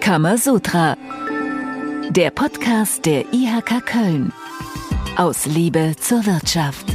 Kamasutra, der Podcast der IHK Köln. Aus Liebe zur Wirtschaft.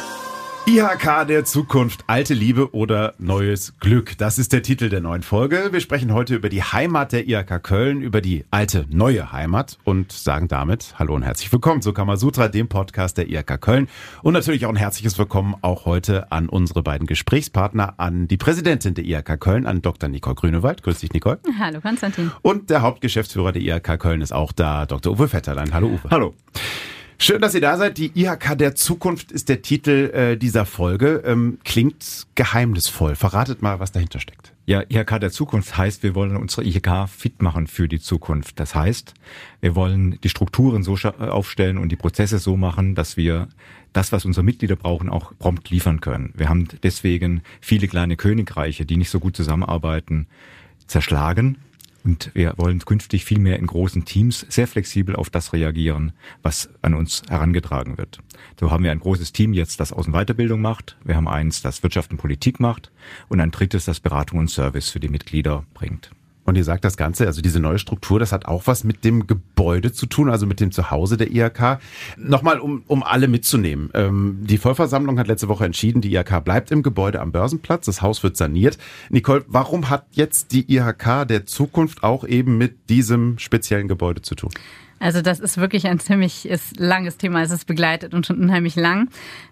IHK der Zukunft, alte Liebe oder neues Glück. Das ist der Titel der neuen Folge. Wir sprechen heute über die Heimat der IHK Köln, über die alte, neue Heimat und sagen damit Hallo und herzlich willkommen zu Kamasutra, dem Podcast der IHK Köln. Und natürlich auch ein herzliches Willkommen auch heute an unsere beiden Gesprächspartner, an die Präsidentin der IHK Köln, an Dr. Nicole Grünewald. Grüß dich, Nicole. Hallo, Konstantin. Und der Hauptgeschäftsführer der IHK Köln ist auch da, Dr. Uwe Vetterlein. Hallo, Uwe. Hallo. Schön, dass ihr da seid. Die IHK der Zukunft ist der Titel dieser Folge. Klingt geheimnisvoll. Verratet mal, was dahinter steckt. Ja, IHK der Zukunft heißt, wir wollen unsere IHK fit machen für die Zukunft. Das heißt, wir wollen die Strukturen so aufstellen und die Prozesse so machen, dass wir das, was unsere Mitglieder brauchen, auch prompt liefern können. Wir haben deswegen viele kleine Königreiche, die nicht so gut zusammenarbeiten, zerschlagen. Und wir wollen künftig viel mehr in großen Teams sehr flexibel auf das reagieren, was an uns herangetragen wird. So haben wir ein großes Team jetzt, das Außen- und Weiterbildung macht. Wir haben eins, das Wirtschaft und Politik macht. Und ein drittes, das Beratung und Service für die Mitglieder bringt. Und ihr sagt das Ganze, also diese neue Struktur, das hat auch was mit dem Gebäude zu tun, also mit dem Zuhause der IHK. Nochmal, um alle mitzunehmen. Die Vollversammlung hat letzte Woche entschieden, die IHK bleibt im Gebäude am Börsenplatz, das Haus wird saniert. Nicole, warum hat jetzt die IHK der Zukunft auch eben mit diesem speziellen Gebäude zu tun? Also das ist wirklich ein ziemlich langes Thema, es ist begleitet und schon unheimlich lang.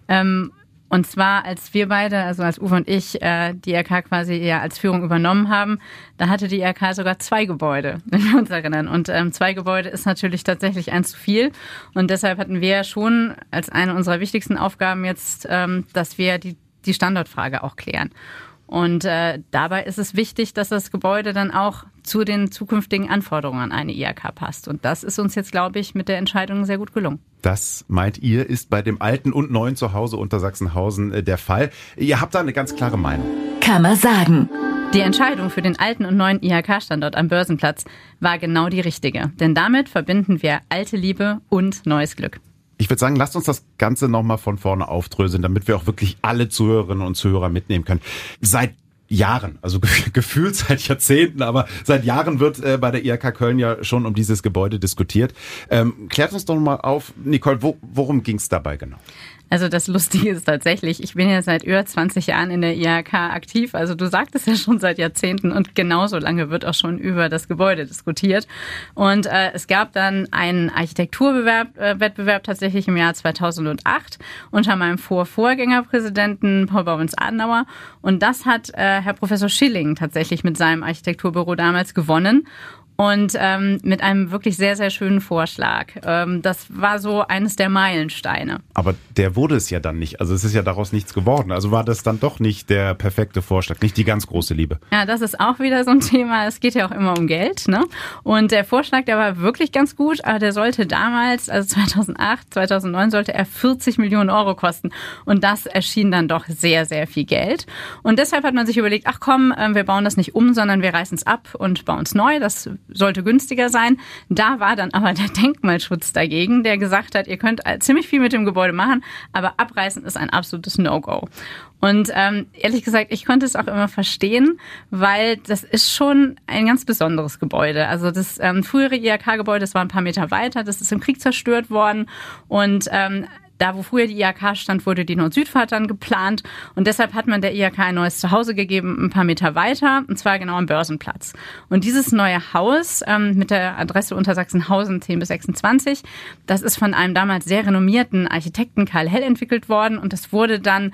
Und zwar, als wir beide, also als Uwe und ich, die IHK quasi ja als Führung übernommen haben, da hatte die IHK sogar 2 Gebäude, wenn wir uns erinnern. Und 2 Gebäude ist natürlich tatsächlich eins zu viel. Und deshalb hatten wir schon als eine unserer wichtigsten Aufgaben jetzt, dass wir die Standortfrage auch klären. Und dabei ist es wichtig, dass das Gebäude dann auch zu den zukünftigen Anforderungen an eine IHK passt. Und das ist uns jetzt, glaube ich, mit der Entscheidung sehr gut gelungen. Das, meint ihr, ist bei dem alten und neuen Zuhause unter Sachsenhausen der Fall. Ihr habt da eine ganz klare Meinung. Kann man sagen. Die Entscheidung für den alten und neuen IHK-Standort am Börsenplatz war genau die richtige. Denn damit verbinden wir alte Liebe und neues Glück. Ich würde sagen, lasst uns das Ganze nochmal von vorne aufdröseln, damit wir auch wirklich alle Zuhörerinnen und Zuhörer mitnehmen können. Seit Jahren, also gefühlt seit Jahrzehnten, aber seit Jahren wird bei der IHK Köln ja schon um dieses Gebäude diskutiert. Klärt uns doch mal auf, Nicole, worum ging es dabei genau? Also das Lustige ist tatsächlich, ich bin ja seit über 20 Jahren in der IHK aktiv, also du sagtest ja schon seit Jahrzehnten und genauso lange wird auch schon über das Gebäude diskutiert. Und es gab dann einen Architekturwettbewerb tatsächlich im Jahr 2008 unter meinem Vorgängerpräsidenten Paul Baumens-Adenauer und das hat Herr Professor Schilling tatsächlich mit seinem Architekturbüro damals gewonnen. Und mit einem wirklich sehr, sehr schönen Vorschlag. Das war so eines der Meilensteine. Aber der wurde es ja dann nicht. Also es ist ja daraus nichts geworden. Also war das dann doch nicht der perfekte Vorschlag, nicht die ganz große Liebe. Ja, das ist auch wieder so ein Thema. Es geht ja auch immer um Geld, ne? Und der Vorschlag, der war wirklich ganz gut. Aber der sollte damals, also 2008, 2009, sollte er 40 Millionen Euro kosten. Und das erschien dann doch sehr, sehr viel Geld. Und deshalb hat man sich überlegt, ach komm, wir bauen das nicht um, sondern wir reißen es ab und bauen es neu. Das sollte günstiger sein. Da war dann aber der Denkmalschutz dagegen, der gesagt hat, ihr könnt ziemlich viel mit dem Gebäude machen, aber abreißen ist ein absolutes No-Go. Und ehrlich gesagt, ich konnte es auch immer verstehen, weil das ist schon ein ganz besonderes Gebäude. Also das frühere IHK-Gebäude, das war ein paar Meter weiter, das ist im Krieg zerstört worden und da, wo früher die IHK stand, wurde die Nord-Süd-Fahrt dann geplant und deshalb hat man der IHK ein neues Zuhause gegeben, ein paar Meter weiter, und zwar genau am Börsenplatz. Und dieses neue Haus mit der Adresse Untersachsenhausen 10-26, das ist von einem damals sehr renommierten Architekten Karl Hell entwickelt worden und das wurde dann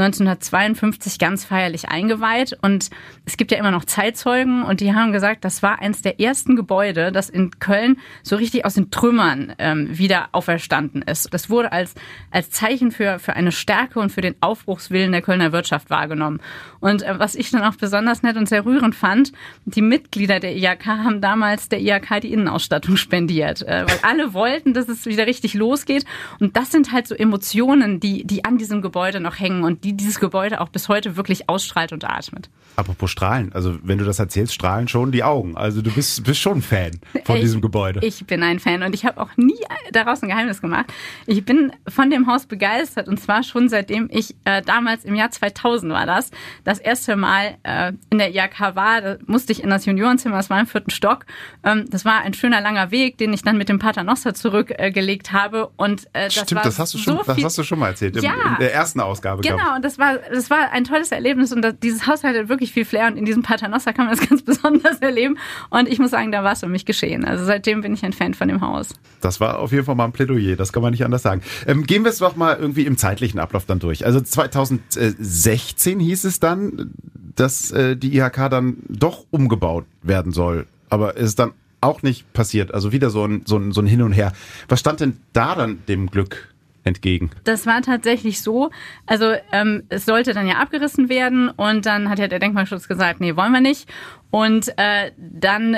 1952 ganz feierlich eingeweiht und es gibt ja immer noch Zeitzeugen und die haben gesagt, das war eines der ersten Gebäude, das in Köln so richtig aus den Trümmern wieder auferstanden ist. Das wurde als Zeichen für eine Stärke und für den Aufbruchswillen der Kölner Wirtschaft wahrgenommen. Und was ich dann auch besonders nett und sehr rührend fand, die Mitglieder der IHK haben damals der IHK die Innenausstattung spendiert, weil alle wollten, dass es wieder richtig losgeht. Und das sind halt so Emotionen, die an diesem Gebäude noch hängen und die dieses Gebäude auch bis heute wirklich ausstrahlt und atmet. Apropos strahlen, also wenn du das erzählst, strahlen schon die Augen. Also du bist schon ein Fan von diesem Gebäude. Ich bin ein Fan und ich habe auch nie daraus ein Geheimnis gemacht. Ich bin von von dem Haus begeistert und zwar schon seitdem ich damals im Jahr 2000 war das erste Mal in der IHK war. Da musste ich in das Juniorenzimmer, das war im 4. Stock. Das war ein schöner langer Weg, den ich dann mit dem Paternoster zurückgelegt habe und Stimmt, das hast du schon mal erzählt, in der ersten Ausgabe. Genau, und das war ein tolles Erlebnis und dieses Haus hatte wirklich viel Flair und in diesem Paternoster kann man das ganz besonders erleben und ich muss sagen, da war es für mich geschehen. Also seitdem bin ich ein Fan von dem Haus. Das war auf jeden Fall mal ein Plädoyer, das kann man nicht anders sagen. Gehen wir es doch mal irgendwie im zeitlichen Ablauf dann durch. Also 2016 hieß es dann, dass die IHK dann doch umgebaut werden soll, aber es ist dann auch nicht passiert. Also wieder so ein Hin und Her. Was stand denn da dann dem Glück entgegen? Das war tatsächlich so, also es sollte dann ja abgerissen werden und dann hat ja der Denkmalschutz gesagt, nee, wollen wir nicht. Und dann,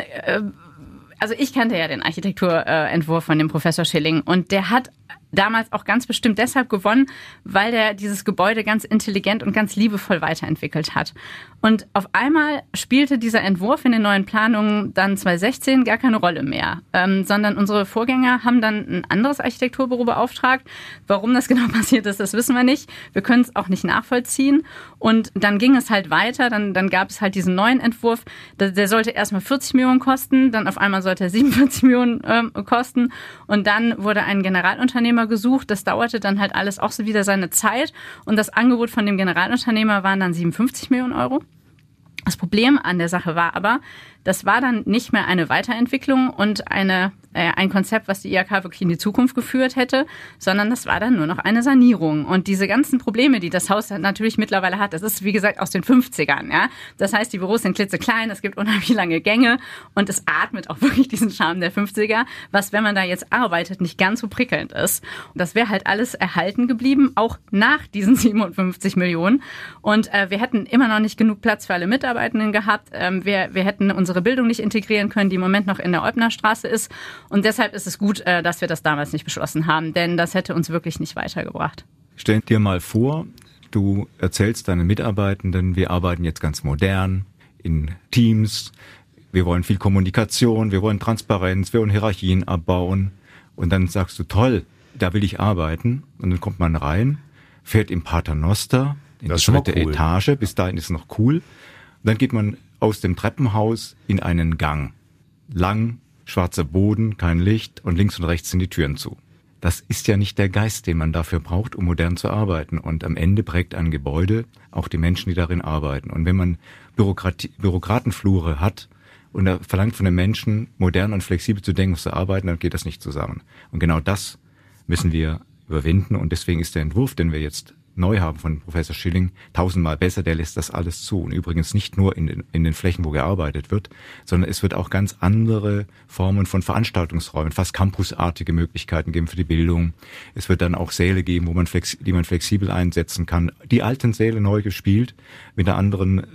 also ich kannte ja den Architekturentwurf von dem Professor Schilling und der hat damals auch ganz bestimmt deshalb gewonnen, weil der dieses Gebäude ganz intelligent und ganz liebevoll weiterentwickelt hat. Und auf einmal spielte dieser Entwurf in den neuen Planungen dann 2016 gar keine Rolle mehr, sondern unsere Vorgänger haben dann ein anderes Architekturbüro beauftragt. Warum das genau passiert ist, das wissen wir nicht. Wir können es auch nicht nachvollziehen. Und dann ging es halt weiter, dann gab es halt diesen neuen Entwurf. Der sollte erstmal 40 Millionen kosten, dann auf einmal sollte er 47 Millionen kosten. Und dann wurde ein Generalunternehmer gesucht. Das dauerte dann halt alles auch so wieder seine Zeit. Und das Angebot von dem Generalunternehmer waren dann 57 Millionen Euro. Das Problem an der Sache war aber, das war dann nicht mehr eine Weiterentwicklung und ein Konzept, was die IHK wirklich in die Zukunft geführt hätte, sondern das war dann nur noch eine Sanierung. Und diese ganzen Probleme, die das Haus natürlich mittlerweile hat, das ist wie gesagt aus den 50ern. Ja? Das heißt, die Büros sind klitzeklein, es gibt unheimlich lange Gänge und es atmet auch wirklich diesen Charme der 50er, was, wenn man da jetzt arbeitet, nicht ganz so prickelnd ist. Und das wäre halt alles erhalten geblieben, auch nach diesen 57 Millionen. Und wir hätten immer noch nicht genug Platz für alle Mitarbeitenden gehabt. Wir hätten unsere Bildung nicht integrieren können, die im Moment noch in der Eubnerstraße ist. Und deshalb ist es gut, dass wir das damals nicht beschlossen haben, denn das hätte uns wirklich nicht weitergebracht. Stell dir mal vor, du erzählst deinen Mitarbeitenden, wir arbeiten jetzt ganz modern, in Teams, wir wollen viel Kommunikation, wir wollen Transparenz, wir wollen Hierarchien abbauen. Und dann sagst du, toll, da will ich arbeiten. Und dann kommt man rein, fährt im Paternoster in die 3. Etage, bis dahin ist es noch cool. Und dann geht man aus dem Treppenhaus in einen Gang. Lang, schwarzer Boden, kein Licht und links und rechts sind die Türen zu. Das ist ja nicht der Geist, den man dafür braucht, um modern zu arbeiten. Und am Ende prägt ein Gebäude auch die Menschen, die darin arbeiten. Und wenn man Bürokratenflure hat und er verlangt von den Menschen, modern und flexibel zu denken und zu arbeiten, dann geht das nicht zusammen. Und genau das müssen wir überwinden. Und deswegen ist der Entwurf, den wir jetzt neu haben von Professor Schilling, 1000-mal besser, der lässt das alles zu. Und übrigens nicht nur in den Flächen, wo gearbeitet wird, sondern es wird auch ganz andere Formen von Veranstaltungsräumen, fast campusartige Möglichkeiten geben für die Bildung. Es wird dann auch Säle geben, die man flexibel einsetzen kann. Die alten Säle neu gespielt, mit einem anderen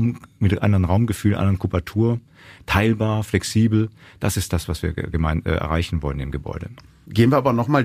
Raumgefühl, einer anderen Kubatur, teilbar, flexibel. Das ist das, was wir erreichen wollen im Gebäude. Gehen wir aber nochmal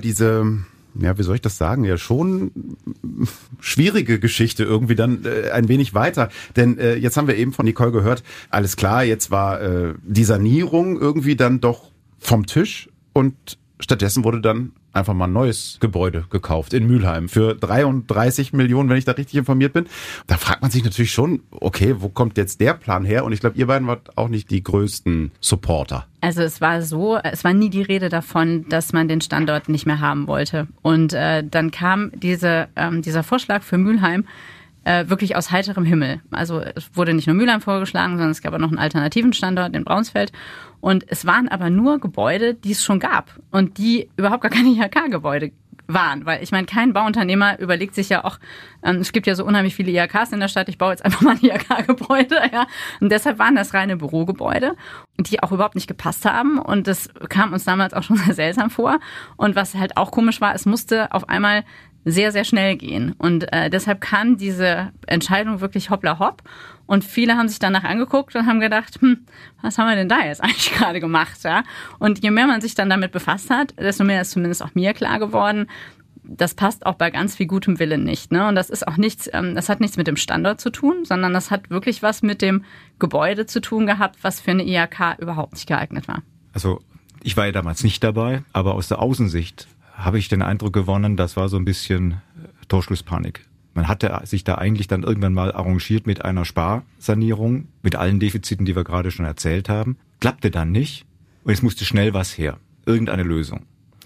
wie soll ich das sagen, ja schon schwierige Geschichte irgendwie dann ein wenig weiter. Denn jetzt haben wir eben von Nicole gehört, alles klar, jetzt war die Sanierung irgendwie dann doch vom Tisch und stattdessen wurde dann einfach mal ein neues Gebäude gekauft in Mülheim für 33 Millionen, wenn ich da richtig informiert bin. Da fragt man sich natürlich schon, okay, wo kommt jetzt der Plan her? Und ich glaube, ihr beiden wart auch nicht die größten Supporter. Also es war nie die Rede davon, dass man den Standort nicht mehr haben wollte. Und dann kam dieser Vorschlag für Mülheim wirklich aus heiterem Himmel. Also es wurde nicht nur Mülheim vorgeschlagen, sondern es gab auch noch einen alternativen Standort in Braunsfeld. Und es waren aber nur Gebäude, die es schon gab und die überhaupt gar keine IHK-Gebäude waren. Weil ich meine, kein Bauunternehmer überlegt sich ja auch, es gibt ja so unheimlich viele IHKs in der Stadt, ich baue jetzt einfach mal ein IHK-Gebäude. Ja. Und deshalb waren das reine Bürogebäude, die auch überhaupt nicht gepasst haben. Und das kam uns damals auch schon sehr seltsam vor. Und was halt auch komisch war, es musste auf einmal sehr, sehr schnell gehen. Und deshalb kam diese Entscheidung wirklich hoppla hopp. Und viele haben sich danach angeguckt und haben gedacht, was haben wir denn da jetzt eigentlich gerade gemacht? Ja? Und je mehr man sich dann damit befasst hat, desto mehr ist zumindest auch mir klar geworden, das passt auch bei ganz viel gutem Willen nicht. Ne? Und das ist auch nichts, das hat nichts mit dem Standort zu tun, sondern das hat wirklich was mit dem Gebäude zu tun gehabt, was für eine IHK überhaupt nicht geeignet war. Also ich war ja damals nicht dabei, aber aus der Außensicht habe ich den Eindruck gewonnen, das war so ein bisschen Torschlusspanik. Man hatte sich da eigentlich dann irgendwann mal arrangiert mit einer Sparsanierung, mit allen Defiziten, die wir gerade schon erzählt haben. Klappte dann nicht und es musste schnell was her. Irgendeine Lösung.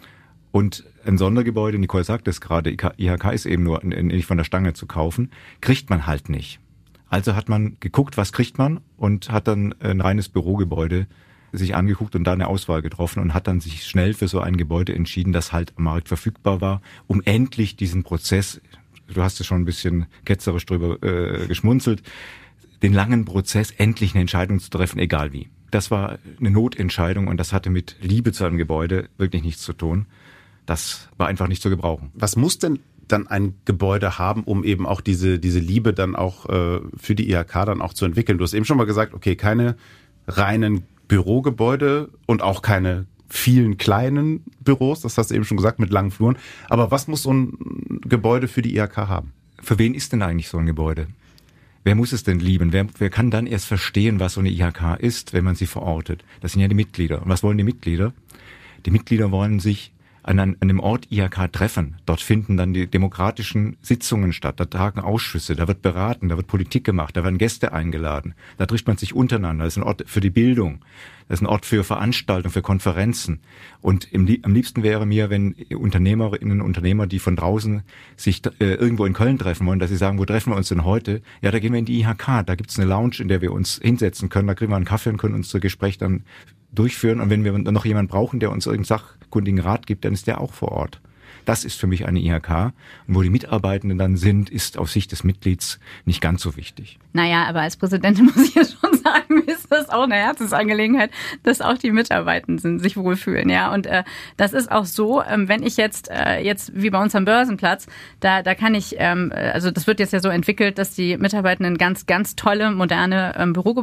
Und ein Sondergebäude, Nicole sagt es gerade, IHK ist eben nur nicht von der Stange zu kaufen, kriegt man halt nicht. Also hat man geguckt, was kriegt man und hat dann ein reines Bürogebäude sich angeguckt und da eine Auswahl getroffen und hat dann sich schnell für so ein Gebäude entschieden, das halt am Markt verfügbar war, um endlich diesen Prozess, du hast es schon ein bisschen ketzerisch drüber geschmunzelt, den langen Prozess, endlich eine Entscheidung zu treffen, egal wie. Das war eine Notentscheidung und das hatte mit Liebe zu einem Gebäude wirklich nichts zu tun. Das war einfach nicht zu gebrauchen. Was muss denn dann ein Gebäude haben, um eben auch diese Liebe dann auch für die IHK dann auch zu entwickeln? Du hast eben schon mal gesagt, okay, keine reinen Bürogebäude und auch keine vielen kleinen Büros, das hast du eben schon gesagt, mit langen Fluren. Aber was muss so ein Gebäude für die IHK haben? Für wen ist denn eigentlich so ein Gebäude? Wer muss es denn lieben? Wer kann dann erst verstehen, was so eine IHK ist, wenn man sie verortet? Das sind ja die Mitglieder. Und was wollen die Mitglieder? Die Mitglieder wollen sich an dem Ort IHK treffen. Dort finden dann die demokratischen Sitzungen statt. Da tagen Ausschüsse, da wird beraten, da wird Politik gemacht, da werden Gäste eingeladen. Da trifft man sich untereinander. Das ist ein Ort für die Bildung. Das ist ein Ort für Veranstaltungen, für Konferenzen. Und am liebsten wäre mir, wenn Unternehmerinnen und Unternehmer, die von draußen sich irgendwo in Köln treffen wollen, dass sie sagen, wo treffen wir uns denn heute? Ja, da gehen wir in die IHK. Da gibt's eine Lounge, in der wir uns hinsetzen können. Da kriegen wir einen Kaffee und können unser Gespräch dann durchführen. Und wenn wir dann noch jemanden brauchen, der uns irgendeinen sachkundigen Rat gibt, dann ist der auch vor Ort. Das ist für mich eine IHK. Und wo die Mitarbeitenden dann sind, ist aus Sicht des Mitglieds nicht ganz so wichtig. Naja, aber als Präsidentin muss ich ja schon sagen, ist das auch eine Herzensangelegenheit, dass auch die Mitarbeitenden sich wohlfühlen. Ja, und das ist auch so, wenn ich jetzt wie bei uns am Börsenplatz, da kann ich, also das wird jetzt ja so entwickelt, dass die Mitarbeitenden ganz, ganz tolle, moderne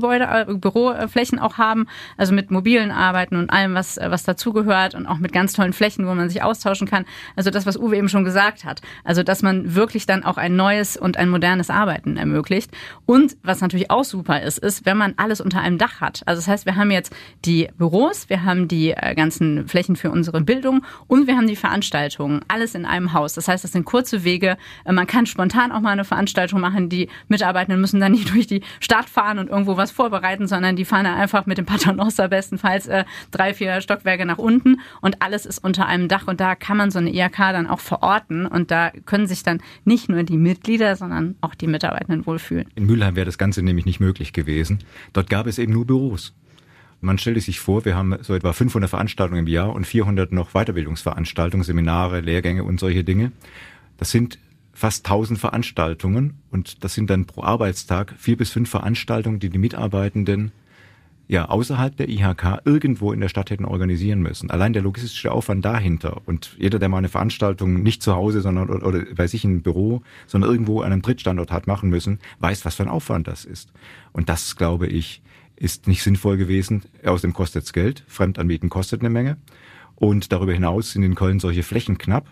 Büroflächen auch haben, also mit mobilen Arbeiten und allem, was dazugehört und auch mit ganz tollen Flächen, wo man sich austauschen kann. Also das, was Uwe eben schon gesagt hat. Also dass man wirklich dann auch ein neues und ein modernes Arbeiten ermöglicht. Und was natürlich auch super ist, wenn man alles unter einem Dach hat. Also das heißt, wir haben jetzt die Büros, wir haben die ganzen Flächen für unsere Bildung und wir haben die Veranstaltungen. Alles in einem Haus. Das heißt, das sind kurze Wege. Man kann spontan auch mal eine Veranstaltung machen. Die Mitarbeitenden müssen dann nicht durch die Stadt fahren und irgendwo was vorbereiten, sondern die fahren dann einfach mit dem Paternoster bestenfalls 3-4 Stockwerke nach unten und alles ist unter einem Dach. Und da kann man so eine IHK dann auch verorten und da können sich dann nicht nur die Mitglieder, sondern auch die Mitarbeitenden wohlfühlen. In Mülheim wäre das Ganze nämlich nicht möglich gewesen. Dort gab es eben nur Büros. Man stellte sich vor, wir haben so etwa 500 Veranstaltungen im Jahr und 400 noch Weiterbildungsveranstaltungen, Seminare, Lehrgänge und solche Dinge. Das sind fast 1000 Veranstaltungen und das sind dann pro Arbeitstag 4 bis 5 Veranstaltungen, die die Mitarbeitenden außerhalb der IHK irgendwo in der Stadt hätten organisieren müssen. Allein der logistische Aufwand dahinter und jeder, der mal eine Veranstaltung nicht zu Hause, sondern oder bei sich im Büro, sondern irgendwo an einem Drittstandort hat machen müssen, weiß, was für ein Aufwand das ist. Und das, glaube ich, ist nicht sinnvoll gewesen. Außerdem kostet es Geld. Fremdanbieten kostet eine Menge. Und darüber hinaus sind in Köln solche Flächen knapp.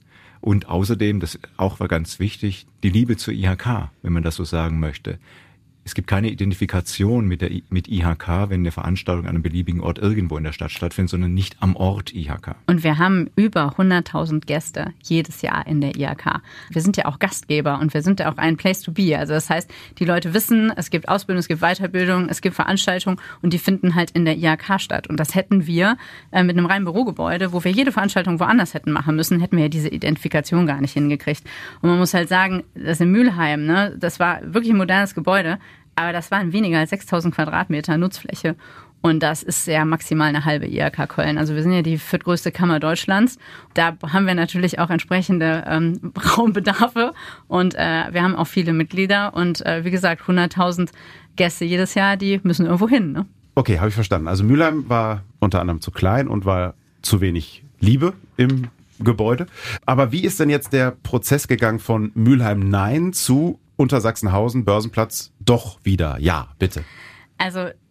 Und außerdem, das auch war ganz wichtig, die Liebe zur IHK, wenn man das so sagen möchte. Es gibt keine Identifikation mit IHK, wenn eine Veranstaltung an einem beliebigen Ort irgendwo in der Stadt stattfindet, sondern nicht am Ort IHK. Und wir haben über 100.000 Gäste jedes Jahr in der IHK. Wir sind ja auch Gastgeber und wir sind ja auch ein Place to be. Also das heißt, die Leute wissen, es gibt Ausbildung, es gibt Weiterbildung, es gibt Veranstaltungen und die finden halt in der IHK statt. Und das hätten wir mit einem reinen Bürogebäude, wo wir jede Veranstaltung woanders hätten machen müssen, hätten wir ja diese Identifikation gar nicht hingekriegt. Und man muss halt sagen, das in Mülheim, ne, das war wirklich ein modernes Gebäude. Aber das waren weniger als 6.000 Quadratmeter Nutzfläche. Und das ist ja maximal eine halbe IHK Köln. Also wir sind ja die viertgrößte Kammer Deutschlands. Da haben wir natürlich auch entsprechende Raumbedarfe. Und wir haben auch viele Mitglieder. Und wie gesagt, 100.000 Gäste jedes Jahr, die müssen irgendwo hin. Ne? Okay, habe ich verstanden. Also Mülheim war unter anderem zu klein und war zu wenig Liebe im Gebäude. Aber wie ist denn jetzt der Prozess gegangen von Mülheim Nein zu Untersachsenhausen, Börsenplatz, doch wieder? Ja, bitte. Also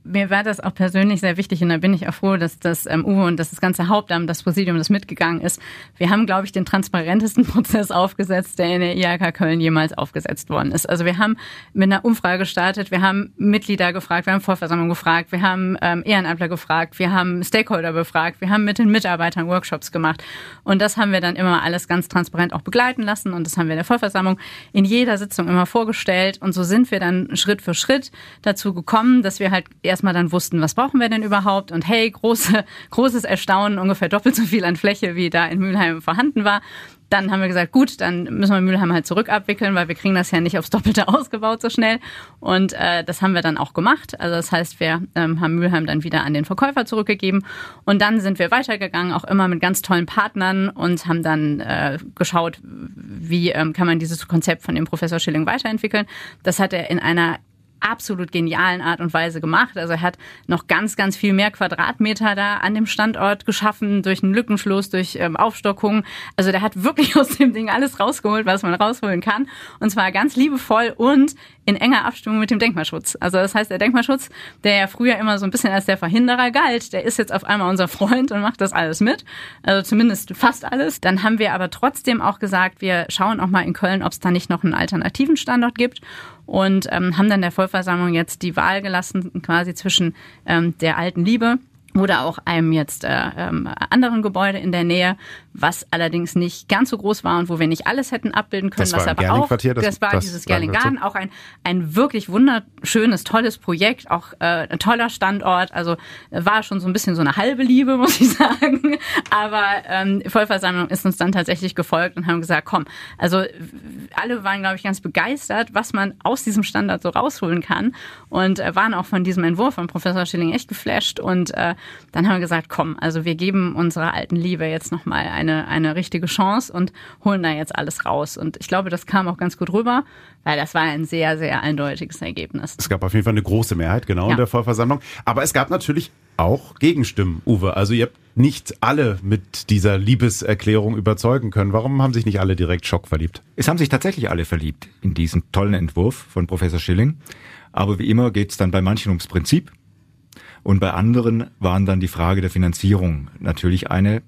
mir war das auch persönlich sehr wichtig und da bin ich auch froh, dass das Uwe und dass das ganze Hauptamt, das Präsidium, das mitgegangen ist. Wir haben, glaube ich, den transparentesten Prozess aufgesetzt, der in der IHK Köln jemals aufgesetzt worden ist. Also wir haben mit einer Umfrage gestartet, wir haben Mitglieder gefragt, wir haben Vollversammlung gefragt, wir haben Ehrenamtler gefragt, wir haben Stakeholder befragt, wir haben mit den Mitarbeitern Workshops gemacht und das haben wir dann immer alles ganz transparent auch begleiten lassen und das haben wir in der Vollversammlung in jeder Sitzung immer vorgestellt und so sind wir dann Schritt für Schritt dazu gekommen, dass wir halt erstmal dann wussten, was brauchen wir denn überhaupt und hey, großes Erstaunen, ungefähr doppelt so viel an Fläche, wie da in Mülheim vorhanden war. Dann haben wir gesagt, gut, dann müssen wir Mülheim halt zurückabwickeln, weil wir kriegen das ja nicht aufs Doppelte ausgebaut so schnell. Und das haben wir dann auch gemacht. Also das heißt, wir haben Mülheim dann wieder an den Verkäufer zurückgegeben. Und dann sind wir weitergegangen, auch immer mit ganz tollen Partnern und haben dann geschaut, wie kann man dieses Konzept von dem Professor Schilling weiterentwickeln. Das hat er in einer absolut genialen Art und Weise gemacht. Also er hat noch ganz, ganz viel mehr Quadratmeter da an dem Standort geschaffen, durch einen Lückenschluss, durch Aufstockung. Also der hat wirklich aus dem Ding alles rausgeholt, was man rausholen kann. Und zwar ganz liebevoll und in enger Abstimmung mit dem Denkmalschutz. Also das heißt, der Denkmalschutz, der ja früher immer so ein bisschen als der Verhinderer galt, der ist jetzt auf einmal unser Freund und macht das alles mit. Also zumindest fast alles. Dann haben wir aber trotzdem auch gesagt, wir schauen auch mal in Köln, ob es da nicht noch einen alternativen Standort gibt. Und haben dann der Vollversammlung jetzt die Wahl gelassen, quasi zwischen der alten Liebe oder auch einem jetzt anderen Gebäude in der Nähe, was allerdings nicht ganz so groß war und wo wir nicht alles hätten abbilden können. Das war im Gerling-Quartier, das war dieses Gerling-Garten, auch ein wirklich wunderschönes, tolles Projekt, auch ein toller Standort, also war schon so ein bisschen so eine halbe Liebe, muss ich sagen, aber Vollversammlung ist uns dann tatsächlich gefolgt und haben gesagt, komm, also alle waren, glaube ich, ganz begeistert, was man aus diesem Standort so rausholen kann und waren auch von diesem Entwurf von Professor Schilling echt geflasht und dann haben wir gesagt, komm, also wir geben unserer alten Liebe jetzt nochmal eine richtige Chance und holen da jetzt alles raus. Und ich glaube, das kam auch ganz gut rüber, weil das war ein sehr, sehr eindeutiges Ergebnis. Es gab auf jeden Fall eine große Mehrheit, genau, in der Vollversammlung. Aber es gab natürlich auch Gegenstimmen, Uwe. Also ihr habt nicht alle mit dieser Liebeserklärung überzeugen können. Warum haben sich nicht alle direkt schockverliebt? Es haben sich tatsächlich alle verliebt in diesen tollen Entwurf von Professor Schilling. Aber wie immer geht es dann bei manchen ums Prinzip. Und bei anderen waren dann die Frage der Finanzierung natürlich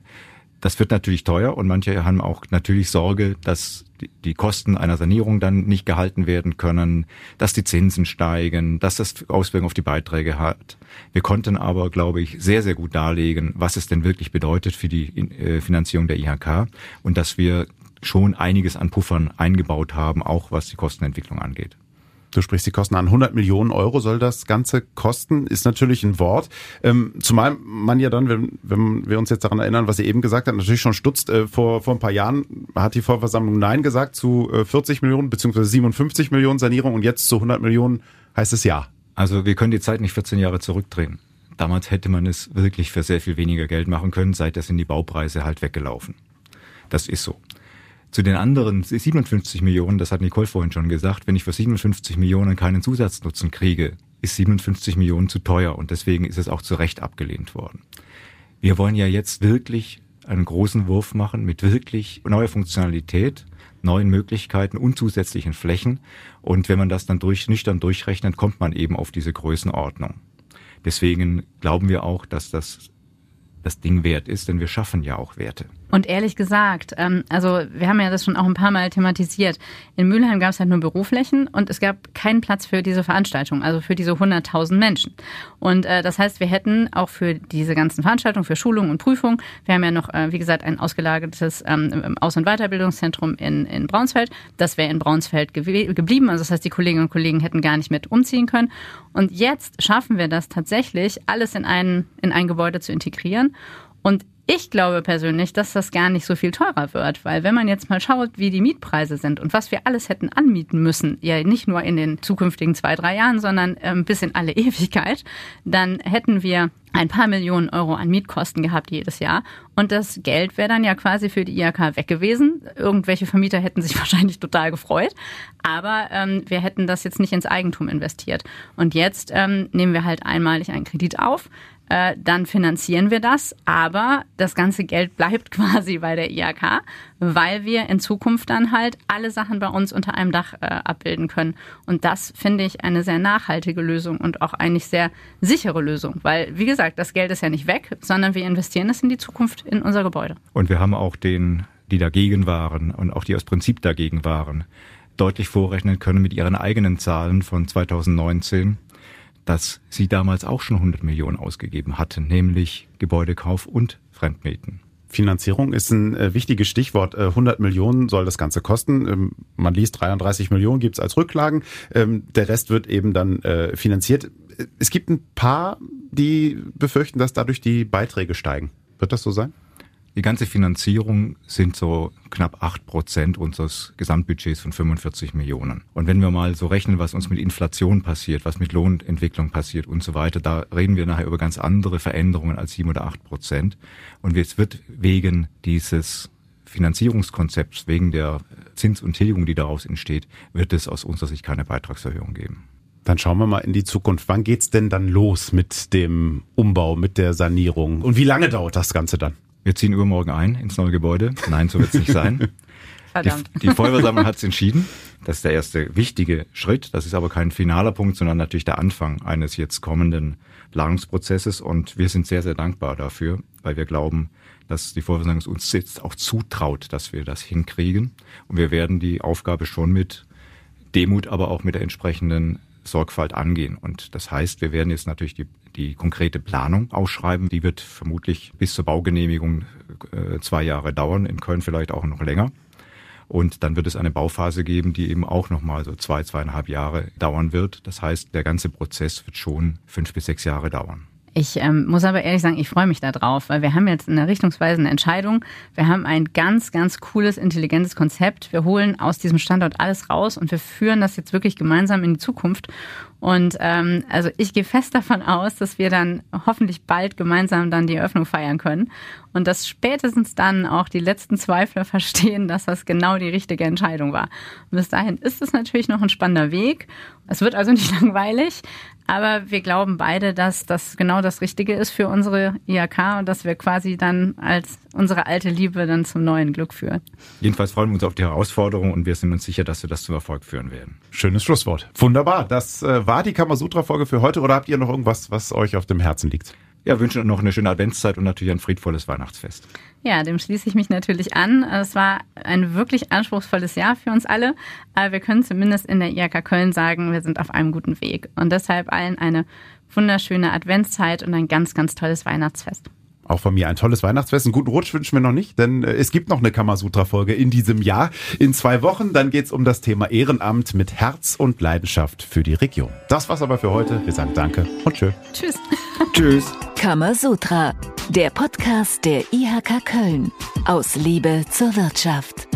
das wird natürlich teuer und manche haben auch natürlich Sorge, dass die Kosten einer Sanierung dann nicht gehalten werden können, dass die Zinsen steigen, dass das Auswirkungen auf die Beiträge hat. Wir konnten aber, glaube ich, sehr, sehr gut darlegen, was es denn wirklich bedeutet für die Finanzierung der IHK und dass wir schon einiges an Puffern eingebaut haben, auch was die Kostenentwicklung angeht. Du sprichst die Kosten an. 100 Millionen Euro soll das Ganze kosten, ist natürlich ein Wort. Zumal man ja dann, wenn wir uns jetzt daran erinnern, was ihr eben gesagt habt, natürlich schon stutzt. Vor ein paar Jahren hat die Vollversammlung Nein gesagt zu 40 Millionen bzw. 57 Millionen Sanierung und jetzt zu 100 Millionen heißt es ja. Also wir können die Zeit nicht 14 Jahre zurückdrehen. Damals hätte man es wirklich für sehr viel weniger Geld machen können, seitdem sind die Baupreise halt weggelaufen. Das ist so. Zu den anderen 57 Millionen, das hat Nicole vorhin schon gesagt, wenn ich für 57 Millionen keinen Zusatznutzen kriege, ist 57 Millionen zu teuer und deswegen ist es auch zu Recht abgelehnt worden. Wir wollen ja jetzt wirklich einen großen Wurf machen mit wirklich neuer Funktionalität, neuen Möglichkeiten und zusätzlichen Flächen und wenn man das dann nüchtern durchrechnet, kommt man eben auf diese Größenordnung. Deswegen glauben wir auch, dass das Ding wert ist, denn wir schaffen ja auch Werte. Und ehrlich gesagt, also wir haben ja das schon auch ein paar Mal thematisiert. In Mülheim gab es halt nur Büroflächen und es gab keinen Platz für diese Veranstaltung, also für diese 100.000 Menschen. Und das heißt, wir hätten auch für diese ganzen Veranstaltungen, für Schulungen und Prüfungen, wir haben ja noch, wie gesagt, ein ausgelagertes Aus- und Weiterbildungszentrum in Braunsfeld. Das wäre in Braunsfeld geblieben. Also das heißt, die Kolleginnen und Kollegen hätten gar nicht mit umziehen können. Und jetzt schaffen wir das tatsächlich, alles in ein Gebäude zu integrieren. Und ich glaube persönlich, dass das gar nicht so viel teurer wird, weil wenn man jetzt mal schaut, wie die Mietpreise sind und was wir alles hätten anmieten müssen, ja nicht nur in den zukünftigen 2-3 Jahren, sondern bis in alle Ewigkeit, dann hätten wir ein paar Millionen Euro an Mietkosten gehabt jedes Jahr und das Geld wäre dann ja quasi für die IHK weg gewesen. Irgendwelche Vermieter hätten sich wahrscheinlich total gefreut, aber wir hätten das jetzt nicht ins Eigentum investiert. Und jetzt nehmen wir halt einmalig einen Kredit auf, dann finanzieren wir das, aber das ganze Geld bleibt quasi bei der IHK, weil wir in Zukunft dann halt alle Sachen bei uns unter einem Dach abbilden können. Und das finde ich eine sehr nachhaltige Lösung und auch eigentlich sehr sichere Lösung, weil, wie gesagt, das Geld ist ja nicht weg, sondern wir investieren es in die Zukunft, in unser Gebäude. Und wir haben auch die dagegen waren und auch die aus Prinzip dagegen waren, deutlich vorrechnen können mit ihren eigenen Zahlen von 2019, dass sie damals auch schon 100 Millionen ausgegeben hatten, nämlich Gebäudekauf und Fremdmieten. Finanzierung ist ein wichtiges Stichwort. 100 Millionen soll das Ganze kosten. Man liest, 33 Millionen gibt's als Rücklagen. Der Rest wird eben dann finanziert. Es gibt ein paar, die befürchten, dass dadurch die Beiträge steigen. Wird das so sein? Die ganze Finanzierung sind so knapp 8% unseres Gesamtbudgets von 45 Millionen. Und wenn wir mal so rechnen, was uns mit Inflation passiert, was mit Lohnentwicklung passiert und so weiter, da reden wir nachher über ganz andere Veränderungen als 7 oder 8%. Und es wird wegen dieses Finanzierungskonzepts, wegen der Zins- und Tilgung, die daraus entsteht, wird es aus unserer Sicht keine Beitragserhöhung geben. Dann schauen wir mal in die Zukunft. Wann geht's denn dann los mit dem Umbau, mit der Sanierung? Und wie lange dauert das Ganze dann? Wir ziehen übermorgen ein ins neue Gebäude. Nein, so wird es nicht sein. Verdammt. Die Feuerwehrsammlung hat es entschieden. Das ist der erste wichtige Schritt. Das ist aber kein finaler Punkt, sondern natürlich der Anfang eines jetzt kommenden Planungsprozesses. Und wir sind sehr, sehr dankbar dafür, weil wir glauben, dass die Feuerwehrsammlung uns jetzt auch zutraut, dass wir das hinkriegen. Und wir werden die Aufgabe schon mit Demut, aber auch mit der entsprechenden Sorgfalt angehen. Und das heißt, wir werden jetzt natürlich die konkrete Planung ausschreiben. Die wird vermutlich bis zur Baugenehmigung 2 Jahre dauern, in Köln vielleicht auch noch länger. Und dann wird es eine Bauphase geben, die eben auch nochmal so 2,5 Jahre dauern wird. Das heißt, der ganze Prozess wird schon 5 bis 6 Jahre dauern. Ich muss aber ehrlich sagen, ich freue mich da drauf, weil wir haben jetzt eine richtungsweisende Entscheidung. Wir haben ein ganz, ganz cooles, intelligentes Konzept. Wir holen aus diesem Standort alles raus und wir führen das jetzt wirklich gemeinsam in die Zukunft. Und also ich gehe fest davon aus, dass wir dann hoffentlich bald gemeinsam dann die Eröffnung feiern können und dass spätestens dann auch die letzten Zweifler verstehen, dass das genau die richtige Entscheidung war. Und bis dahin ist es natürlich noch ein spannender Weg. Es wird also nicht langweilig, aber wir glauben beide, dass das genau das Richtige ist für unsere IHK und dass wir quasi dann als unsere alte Liebe dann zum neuen Glück führen. Jedenfalls freuen wir uns auf die Herausforderung und wir sind uns sicher, dass wir das zum Erfolg führen werden. Schönes Schlusswort. Wunderbar. Das war die Kamasutra-Folge für heute. Oder habt ihr noch irgendwas, was euch auf dem Herzen liegt? Ja, wünschen noch eine schöne Adventszeit und natürlich ein friedvolles Weihnachtsfest. Ja, dem schließe ich mich natürlich an. Es war ein wirklich anspruchsvolles Jahr für uns alle, aber wir können zumindest in der IHK Köln sagen, wir sind auf einem guten Weg. Und deshalb allen eine wunderschöne Adventszeit und ein ganz, ganz tolles Weihnachtsfest. Auch von mir ein tolles Weihnachtsfest. Einen guten Rutsch wünschen wir noch nicht, denn es gibt noch eine Kamasutra-Folge in diesem Jahr. In 2 Wochen, dann geht's um das Thema Ehrenamt mit Herz und Leidenschaft für die Region. Das war's aber für heute. Wir sagen Danke und tschö. Tschüss. Tschüss. Kamasutra, der Podcast der IHK Köln. Aus Liebe zur Wirtschaft.